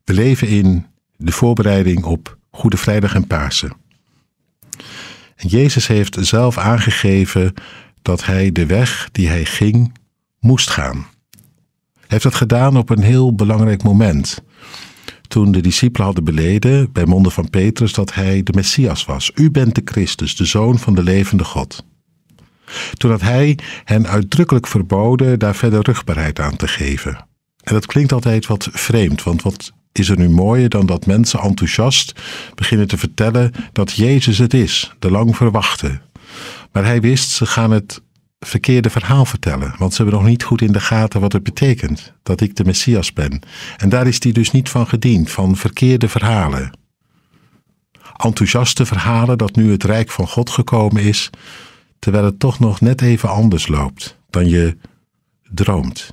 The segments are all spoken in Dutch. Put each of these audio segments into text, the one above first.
We leven in de voorbereiding op Goede Vrijdag en Pasen. En Jezus heeft zelf aangegeven dat hij de weg die hij ging, moest gaan. Hij heeft dat gedaan op een heel belangrijk moment. Toen de discipelen hadden beleden, bij monden van Petrus, dat hij de Messias was. U bent de Christus, de Zoon van de levende God. Toen had hij hen uitdrukkelijk verboden daar verder rugbaarheid aan te geven. En dat klinkt altijd wat vreemd, want wat is er nu mooier dan dat mensen enthousiast beginnen te vertellen dat Jezus het is, de lang verwachte. Maar hij wist, ze gaan het verkeerde verhaal vertellen, want ze hebben nog niet goed in de gaten wat het betekent, dat ik de Messias ben. En daar is hij dus niet van gediend, van verkeerde verhalen. Enthousiaste verhalen dat nu het Rijk van God gekomen is, terwijl het toch nog net even anders loopt dan je droomt.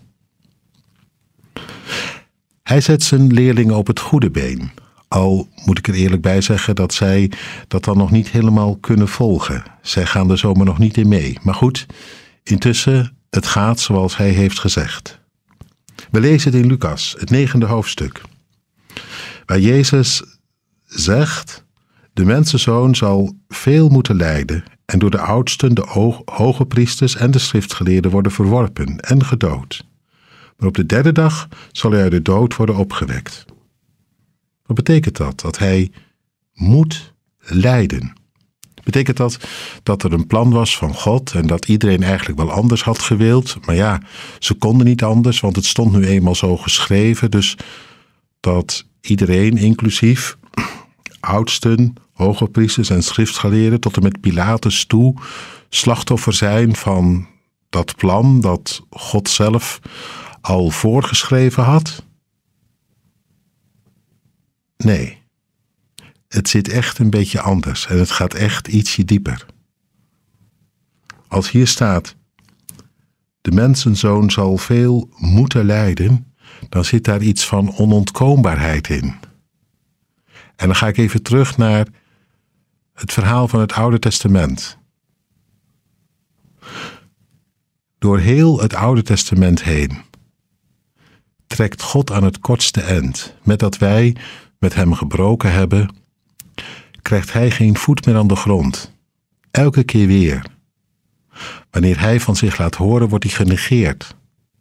Hij zet zijn leerlingen op het goede been. Al moet ik er eerlijk bij zeggen dat zij dat dan nog niet helemaal kunnen volgen. Zij gaan er zomaar nog niet in mee. Maar goed, intussen, het gaat zoals hij heeft gezegd. We lezen het in Lucas, het 9e hoofdstuk. Waar Jezus zegt, de mensenzoon zal veel moeten lijden en door de oudsten, de hoge priesters en de schriftgeleerden worden verworpen en gedood. Maar op de 3e dag zal hij uit de dood worden opgewekt. Wat betekent dat? Dat hij moet lijden. Betekent dat er een plan was van God en dat iedereen eigenlijk wel anders had gewild. Maar ja, ze konden niet anders, want het stond nu eenmaal zo geschreven. Dus dat iedereen, inclusief oudsten, hoge priesters en schriftgeleerden, tot en met Pilatus toe, slachtoffer zijn van dat plan dat God zelf al voorgeschreven had? Nee, het zit echt een beetje anders en het gaat echt ietsje dieper. Als hier staat, de mensenzoon zal veel moeten lijden, dan zit daar iets van onontkoombaarheid in. En dan ga ik even terug naar het verhaal van het Oude Testament. Door heel het Oude Testament heen trekt God aan het kortste eind. Met dat wij met hem gebroken hebben, krijgt hij geen voet meer aan de grond. Elke keer weer. Wanneer hij van zich laat horen, wordt hij genegeerd.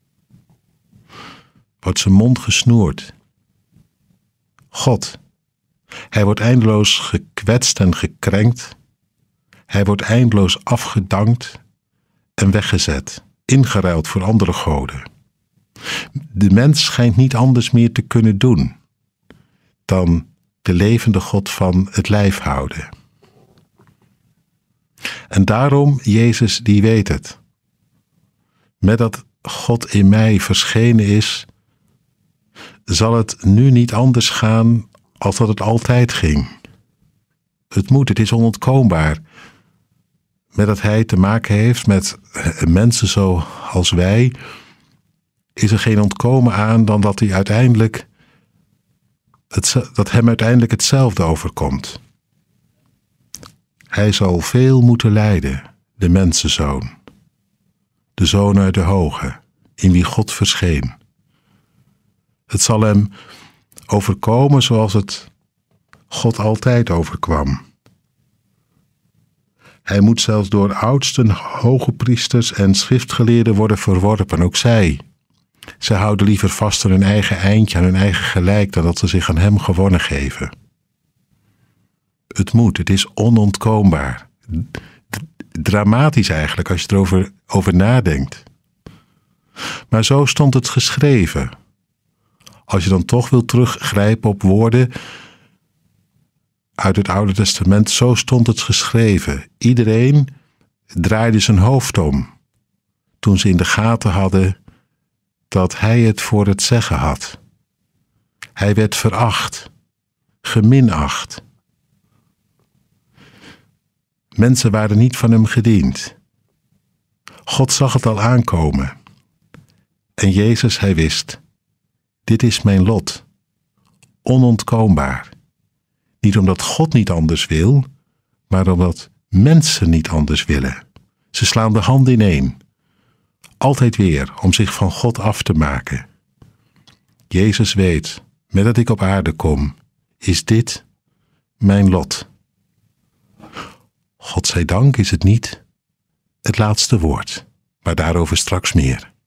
Wordt zijn mond gesnoerd. God, hij wordt eindeloos gekwetst en gekrenkt. Hij wordt eindeloos afgedankt en weggezet, ingeruild voor andere goden. De mens schijnt niet anders meer te kunnen doen dan de levende God van het lijf houden. En daarom, Jezus, die weet het. Met dat God in mij verschenen is, zal het nu niet anders gaan als dat het altijd ging. Het moet, het is onontkoombaar. Met dat hij te maken heeft met mensen zoals wij, is er geen ontkomen aan dan dat hij uiteindelijk dat hem uiteindelijk hetzelfde overkomt. Hij zal veel moeten lijden, de mensenzoon, de Zoon uit de Hoge, in wie God verscheen. Het zal hem overkomen zoals het God altijd overkwam. Hij moet zelfs door oudsten, hoge priesters en schriftgeleerden worden verworpen, ook zij. Zij houden liever vast aan hun eigen eindje, aan hun eigen gelijk, dan dat ze zich aan hem gewonnen geven. Het moet, het is onontkoombaar. Dramatisch eigenlijk, als je erover nadenkt. Maar zo stond het geschreven. Als je dan toch wil teruggrijpen op woorden uit het Oude Testament, zo stond het geschreven. Iedereen draaide zijn hoofd om toen ze in de gaten hadden dat hij het voor het zeggen had. Hij werd veracht, geminacht. Mensen waren niet van hem gediend. God zag het al aankomen. En Jezus, hij wist, dit is mijn lot, onontkoombaar. Niet omdat God niet anders wil, maar omdat mensen niet anders willen. Ze slaan de handen ineen. Altijd weer om zich van God af te maken. Jezus weet, met dat ik op aarde kom, is dit mijn lot. God zij dank is het niet het laatste woord, maar daarover straks meer.